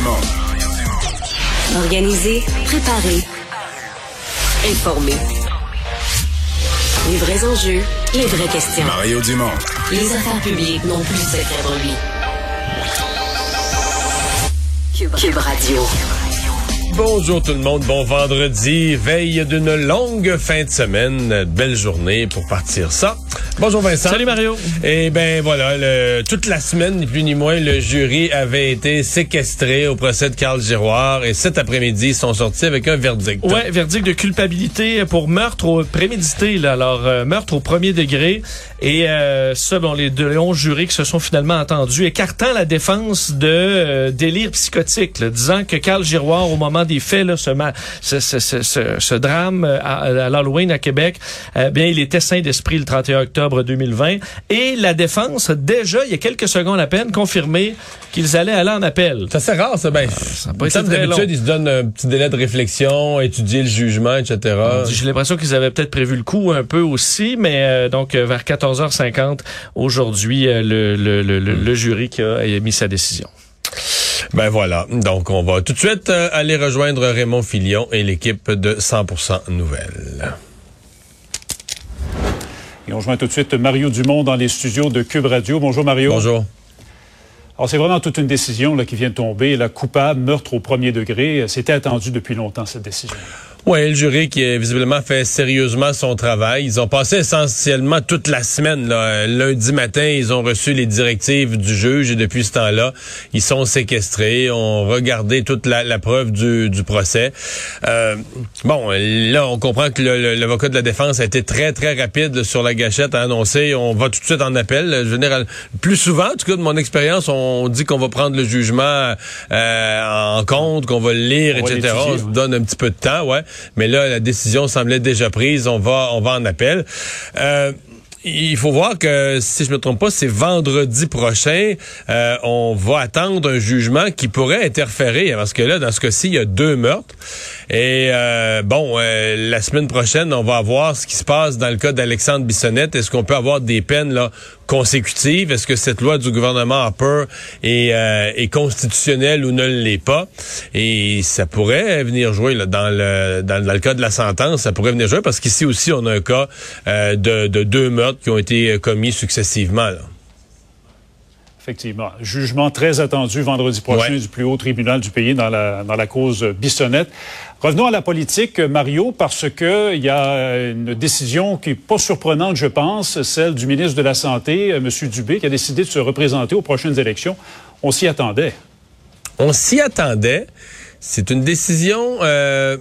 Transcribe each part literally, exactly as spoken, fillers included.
Dumont. Organisé, préparé, informé. Les vrais enjeux, les vraies questions. Mario Dumont. Les affaires publiques n'ont plus de secret pour lui. Cube, Cube Radio. Bonjour tout le monde, bon vendredi, veille d'une longue fin de semaine, belle journée pour partir ça. Bonjour Vincent. Salut Mario. Et ben voilà, le, toute la semaine, ni plus ni moins, le jury avait été séquestré au procès de Carl Giroir et cet après-midi, ils sont sortis avec un verdict. Ouais, verdict de culpabilité pour meurtre au prémédité, là. Alors, euh, meurtre au premier degré. Et euh, ça, bon, les deux onze jurés qui se sont finalement entendus, écartant la défense de euh, délire psychotique, là, disant que Carl Giroir, au moment des faits, là, ce, ma- ce, ce, ce, ce, ce drame à, à l'Halloween à Québec, euh, bien, il était sain d'esprit le trente et un octobre deux mille vingt. Et la défense, déjà, il y a quelques secondes à peine, confirmé qu'ils allaient aller en appel. Ça c'est rare, ça. Ben, ah, ça a pas été très d'habitude, long. ils se donnent un petit délai de réflexion, étudier le jugement, et cetera. J'ai l'impression qu'ils avaient peut-être prévu le coup un peu aussi, mais euh, donc euh, vers quatorze heures cinquante aujourd'hui, euh, le, le, le, le, le jury qui a émis sa décision. Ben voilà, donc on va tout de suite euh, aller rejoindre Raymond Filion et l'équipe de cent pour cent Nouvelles. Et on rejoint tout de suite Mario Dumont dans les studios de Cube Radio. Bonjour Mario. Bonjour. Alors c'est vraiment toute une décision là, qui vient de tomber. La coupable, meurtre au premier degré, c'était attendu depuis longtemps cette décision. Oui, le jury qui a visiblement fait sérieusement son travail. Ils ont passé essentiellement toute la semaine. Là. Lundi matin, ils ont reçu les directives du juge et depuis ce temps-là, ils sont séquestrés, ont regardé toute la, la preuve du, du procès. Euh, bon, là, on comprend que le, le, l'avocat de la défense a été très, très rapide sur la gâchette à annoncer on va tout de suite en appel. Je veux dire, plus souvent, en tout cas de mon expérience, on dit qu'on va prendre le jugement euh, en compte, qu'on va le lire, on et cetera. On se donne un petit peu de temps, ouais. Mais là, la décision semblait déjà prise. On va, on va en appel. Euh, Il faut voir que, si je me trompe pas, c'est vendredi prochain, euh, on va attendre un jugement qui pourrait interférer, parce que là, dans ce cas-ci, il y a deux meurtres. Et euh, bon, euh, la semaine prochaine, on va voir ce qui se passe dans le cas d'Alexandre Bissonnette. Est-ce qu'on peut avoir des peines là consécutives? Est-ce que cette loi du gouvernement Harper est, euh, est constitutionnelle ou ne l'est pas? Et ça pourrait venir jouer là, dans le dans, dans le cas de la sentence, ça pourrait venir jouer, parce qu'ici aussi, on a un cas euh, de, de deux meurtres qui ont été commis successivement. Là. Effectivement. Jugement très attendu vendredi prochain ouais. du plus haut tribunal du pays dans la, dans la cause Bissonnette. Revenons à la politique, Mario, parce que il y a une décision qui est pas surprenante, je pense, celle du ministre de la Santé, M. Dubé, qui a décidé de se représenter aux prochaines élections. On s'y attendait. On s'y attendait. C'est une décision... Euh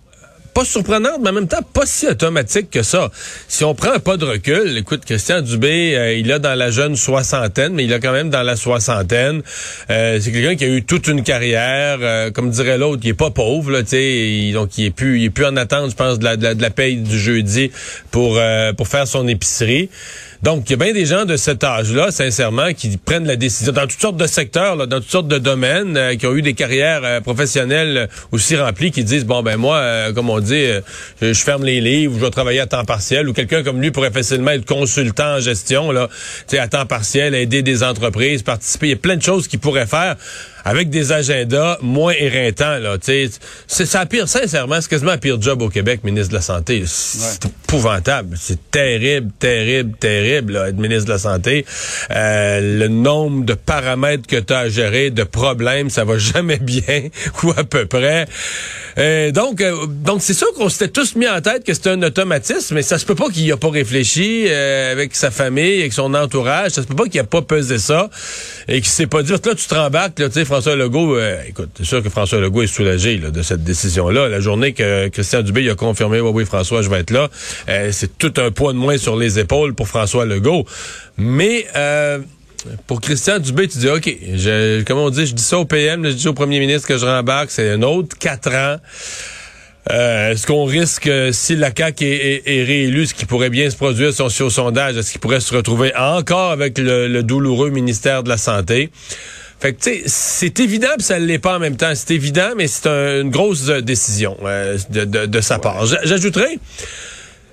pas surprenante, mais en même temps pas si automatique que ça. Si on prend un pas de recul, écoute, Christian Dubé, euh, il est dans la jeune soixantaine, mais il est quand même dans la soixantaine. Euh, c'est quelqu'un qui a eu toute une carrière, euh, comme dirait l'autre, il est pas pauvre, là, tu sais, donc il est plus, il est plus en attente, je pense, de la, de la, de la paye du jeudi pour euh, pour faire son épicerie. Donc, il y a bien des gens de cet âge-là, sincèrement, qui prennent la décision dans toutes sortes de secteurs, là, dans toutes sortes de domaines, euh, qui ont eu des carrières euh, professionnelles aussi remplies, qui disent, bon, ben moi, euh, comme on dit, euh, je ferme les livres, je vais travailler à temps partiel, ou quelqu'un comme lui pourrait facilement être consultant en gestion, là, tu sais, à temps partiel, aider des entreprises, participer. Il y a plein de choses qu'il pourrait faire avec des agendas moins éreintants, là, tu sais. C'est ça pire, sincèrement, c'est quasiment un pire job au Québec, ministre de la Santé. C'est ouais. épouvantable. C'est terrible, terrible, terrible, là, être ministre de la Santé. Euh, le nombre de paramètres que tu as à gérer, de problèmes, ça va jamais bien, ou à peu près. Euh, donc, euh, donc c'est sûr qu'on s'était tous mis en tête que c'était un automatisme, mais ça se peut pas qu'il y a pas réfléchi euh, avec sa famille, avec son entourage. Ça se peut pas qu'il a pas pesé ça et qu'il s'est pas dit, là, tu te rembarques, là, tu sais, François Legault, euh, écoute, c'est sûr que François Legault est soulagé là, de cette décision-là. La journée que Christian Dubé il a confirmé, oui, oui, François, je vais être là, euh, c'est tout un poids de moins sur les épaules pour François Legault. Mais euh, pour Christian Dubé, tu dis, OK, je, comme on dit, je dis ça au P M, là, je dis au premier ministre que je rembarque, c'est un autre quatre ans. Euh, est-ce qu'on risque, si la C A Q est, est, est réélue, ce qui pourrait bien se produire si on suit au sondage, est-ce qu'il pourrait se retrouver encore avec le, le douloureux ministère de la Santé? Fait que, tu sais, c'est évident, puis ça ne l'est pas en même temps. C'est évident, mais c'est un, une grosse décision euh, de, de, de sa part. J'ajouterais,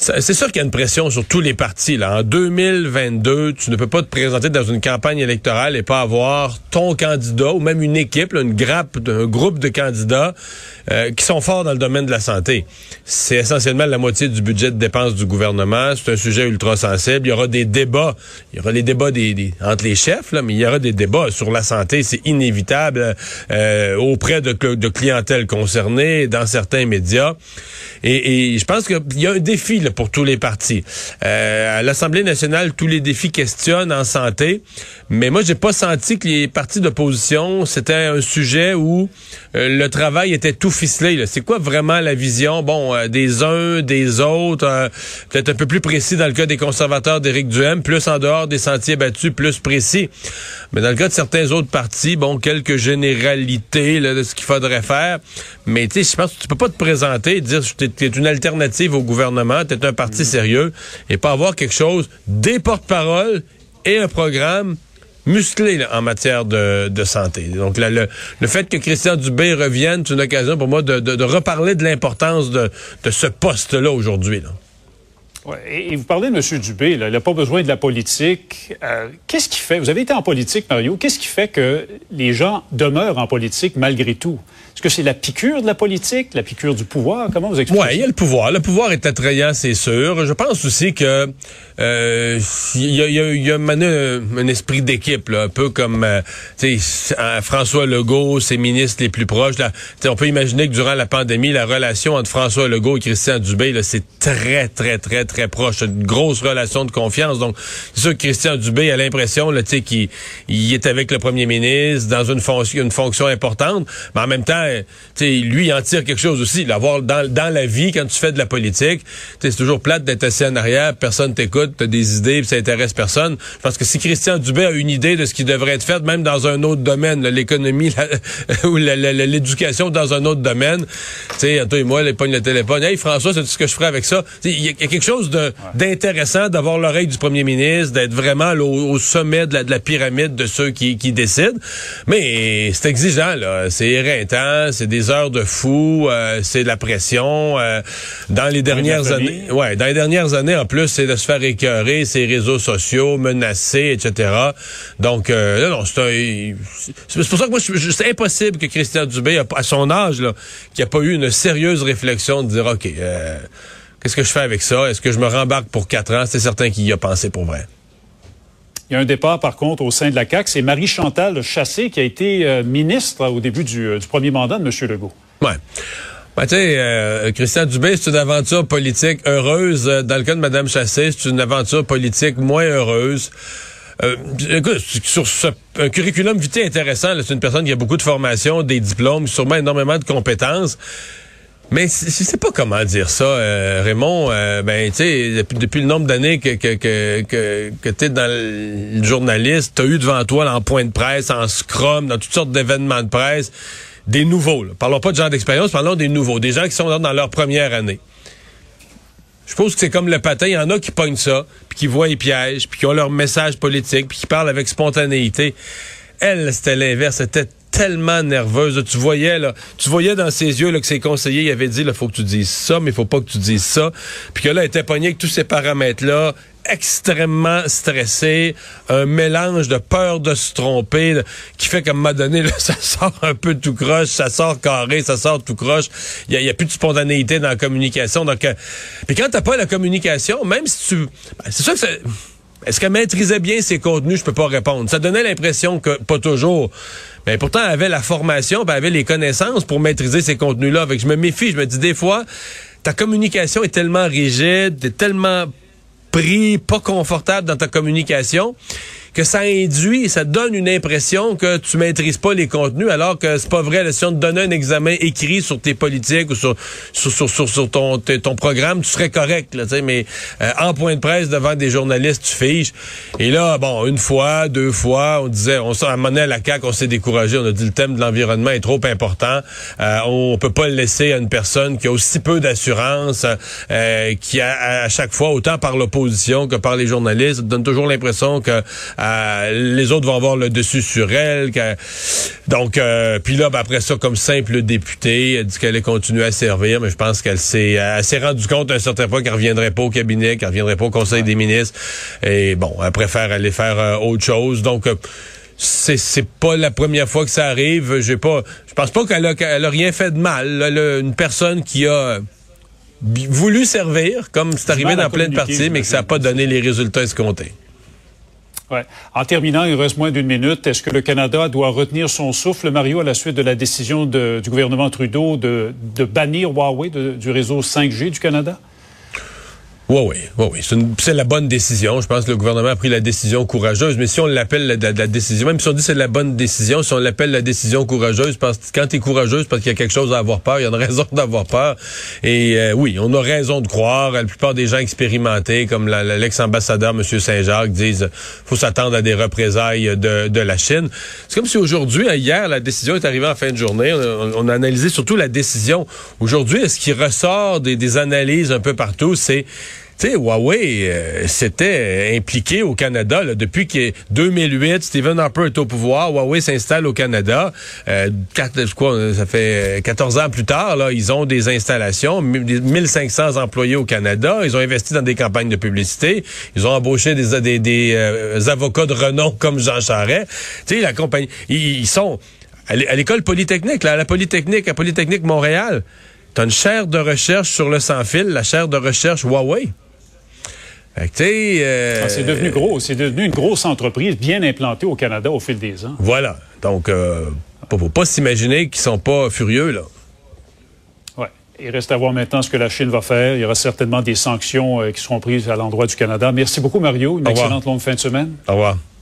C'est sûr qu'il y a une pression sur tous les partis. Là. En deux mille vingt-deux, tu ne peux pas te présenter dans une campagne électorale et pas avoir ton candidat ou même une équipe, là, une grappe, un groupe de candidats euh, qui sont forts dans le domaine de la santé. C'est essentiellement la moitié du budget de dépenses du gouvernement. C'est un sujet ultra sensible. Il y aura des débats. Il y aura les débats des, des, entre les chefs, là, mais il y aura des débats sur la santé. C'est inévitable euh, auprès de, de clientèle concernée, dans certains médias. Et, et je pense qu'il y a un défi là, pour tous les partis. Euh, à l'Assemblée nationale, tous les défis questionnent en santé, mais moi, j'ai pas senti que les partis d'opposition, c'était un sujet où euh, le travail était tout ficelé. Là. C'est quoi vraiment la vision, bon, euh, des uns, des autres, euh, peut-être un peu plus précis dans le cas des conservateurs d'Éric Duhaime, plus en dehors des sentiers battus, plus précis. Mais dans le cas de certains autres partis, bon, quelques généralités là, de ce qu'il faudrait faire. Mais tu sais, je pense que tu peux pas te présenter et dire que tu es une alternative au gouvernement, tu es un parti sérieux, et pas avoir quelque chose, des porte-paroles et un programme musclé là, en matière de, de santé. Donc là, le, le fait que Christian Dubé revienne, c'est une occasion pour moi de, de, de reparler de l'importance de, de ce poste-là aujourd'hui. Là. Ouais, et, et vous parlez de M. Dubé, là, il n'a pas besoin de la politique. Euh, qu'est-ce qui fait, vous avez été en politique, Mario, qu'est-ce qui fait que les gens demeurent en politique malgré tout? Est-ce que c'est la piqûre de la politique, la piqûre du pouvoir? Comment vous expliquez? Oui, il y a le pouvoir. Le pouvoir est attrayant, c'est sûr. Je pense aussi que euh, il y a, il y a, il y a un, un esprit d'équipe, là, un peu comme euh, tu sais, François Legault, ses ministres les plus proches. Là, on peut imaginer que durant la pandémie, la relation entre François Legault et Christian Dubé, là, c'est très, très, très, très proche. Une grosse relation de confiance. Donc, c'est sûr que Christian Dubé a l'impression là, tu sais, qu'il il est avec le premier ministre dans une fonction, une fonction importante, mais en même temps, t'sais, lui, il en tire quelque chose aussi. L'avoir dans, dans la vie, quand tu fais de la politique, c'est toujours plate d'être assis en arrière, personne t'écoute, t'as des idées, puis ça intéresse personne. Je pense que si Christian Dubé a une idée de ce qui devrait être fait, même dans un autre domaine, là, l'économie la, ou la, la, l'éducation dans un autre domaine, tu sais, toi et moi, il pogne le téléphone. Hey, François, c'est ce que je ferais avec ça. Il y, y a quelque chose de, ouais. d'intéressant d'avoir l'oreille du premier ministre, d'être vraiment là, au, au sommet de la, de la pyramide de ceux qui, qui décident. Mais c'est exigeant, là. C'est éreintant. C'est des heures de fou, euh, c'est de la pression. Euh, dans les dernières années, ouais, dans les dernières années, en plus, c'est de se faire écœurer, ses réseaux sociaux, menacés, et cetera. Donc, euh, non, c'est un, c'est pour ça que moi, je, je, c'est impossible que Christian Dubé, à son âge, là, qu'il n'y a pas eu une sérieuse réflexion de dire, ok, euh, qu'est-ce que je fais avec ça? Est-ce que je me rembarque pour quatre ans? C'est certain qu'il y a pensé pour vrai. Il y a un départ, par contre, au sein de la C A Q. C'est Marie-Chantal Chassé qui a été euh, ministre au début du, euh, du premier mandat de M. Legault. Ouais. Ben, tu sais, euh, Christian Dubé, c'est une aventure politique heureuse. Dans le cas de Mme Chassé, c'est une aventure politique moins heureuse. Euh, écoute, sur ce, un curriculum vitae intéressant, là, c'est une personne qui a beaucoup de formation, des diplômes, sûrement énormément de compétences. Mais je sais pas comment dire ça, euh, Raymond. Euh, ben, tu sais, depuis, depuis le nombre d'années que que que que, que t'es dans le journaliste, t'as eu devant toi là, en point de presse, en scrum, dans toutes sortes d'événements de presse, des nouveaux. Là. Parlons pas de gens d'expérience, parlons des nouveaux, des gens qui sont là dans leur première année. Je suppose que c'est comme le patin, il y en a qui pognent ça, puis qui voient les pièges, puis qui ont leur message politique, puis qui parlent avec spontanéité. Elle, c'était l'inverse, c'était tellement nerveuse. Tu voyais là, tu voyais dans ses yeux là, que ses conseillers y avaient dit il faut que tu dises ça, mais il faut pas que tu dises ça. Puis que là, elle était pognée avec tous ces paramètres-là, extrêmement stressée, un mélange de peur de se tromper là, qui fait qu'à un moment donné, là, ça sort un peu tout croche, ça sort carré, ça sort tout croche. Il y a, y a plus de spontanéité dans la communication. Donc, euh, puis quand t'as pas la communication, même si tu... Ben, c'est sûr que ça... Est-ce qu'elle maîtrisait bien ses contenus? Je peux pas répondre. Ça donnait l'impression que, pas toujours, mais pourtant, elle avait la formation, elle avait les connaissances pour maîtriser ces contenus-là. Fait que je me méfie, je me dis des fois, ta communication est tellement rigide, t'es tellement pris, pas confortable dans ta communication, que ça induit, ça donne une impression que tu maîtrises pas les contenus, alors que c'est pas vrai. Là, si on te donnait un examen écrit sur tes politiques ou sur sur sur, sur, sur ton ton programme, tu serais correct, là, tu sais, mais euh, en point de presse devant des journalistes, tu fiches. Et là, bon, une fois, deux fois, on disait, on s'est amené à la C A Q, on s'est découragé, on a dit le thème de l'environnement est trop important, euh, on peut pas le laisser à une personne qui a aussi peu d'assurance, euh, qui a à chaque fois, autant par l'opposition que par les journalistes, donne toujours l'impression que euh, les autres vont avoir le dessus sur elle. Que, donc, euh, puis là, ben, après ça, comme simple députée, elle dit qu'elle allait continuer à servir, mais je pense qu'elle s'est, elle s'est rendue compte à un certain point qu'elle reviendrait pas au cabinet, qu'elle reviendrait pas au Conseil ouais. des ministres. Et bon, elle préfère aller faire euh, autre chose. Donc, euh, c'est c'est pas la première fois que ça arrive. J'ai pas, je pense pas qu'elle a, qu'elle a rien fait de mal. Elle a une personne qui a voulu servir, comme c'est arrivé dans plein de partis, mais que ça n'a pas donné les résultats escomptés. Ouais. En terminant, il reste moins d'une minute. Est-ce que le Canada doit retenir son souffle, Mario, à la suite de la décision de, du gouvernement Trudeau de, de bannir Huawei de, du réseau cinq G du Canada? Oui, oui, oui, oui. C'est, une, c'est la bonne décision. Je pense que le gouvernement a pris la décision courageuse. Mais si on l'appelle la, la, la décision, même si on dit que c'est de la bonne décision, si on l'appelle la décision courageuse, parce que quand t'es courageuse, parce qu'il y a quelque chose à avoir peur, il y a une raison d'avoir peur. Et euh, oui, on a raison de croire. La plupart des gens expérimentés, comme la, la, l'ex-ambassadeur M. Saint-Jacques, disent faut s'attendre à des représailles de, de la Chine. C'est comme si aujourd'hui, hier, la décision est arrivée en fin de journée. On, on a analysé surtout la décision. Aujourd'hui, ce qui ressort des, des analyses un peu partout, c'est tu sais, Huawei, euh, s'était impliqué au Canada là, depuis que deux mille huit, Stephen Harper est au pouvoir, Huawei s'installe au Canada. Euh, quatre, je crois, ça fait quatorze ans plus tard, là, ils ont des installations, mille cinq cents employés au Canada. Ils ont investi dans des campagnes de publicité. Ils ont embauché des, des, des euh, avocats de renom comme Jean Charest. Tu sais, la compagnie, ils, ils sont à l'école Polytechnique, là, à la Polytechnique, à Polytechnique Montréal. T'as une chaire de recherche sur le sans-fil, la chaire de recherche Huawei. Fait que, euh, ah, c'est devenu gros, c'est devenu une grosse entreprise bien implantée au Canada au fil des ans. Voilà. Donc, euh, faut pas s'imaginer qu'ils sont pas furieux, là. Ouais. Il reste à voir maintenant ce que la Chine va faire. Il y aura certainement des sanctions euh, qui seront prises à l'endroit du Canada. Merci beaucoup, Mario. Une excellente longue fin de semaine. Au revoir.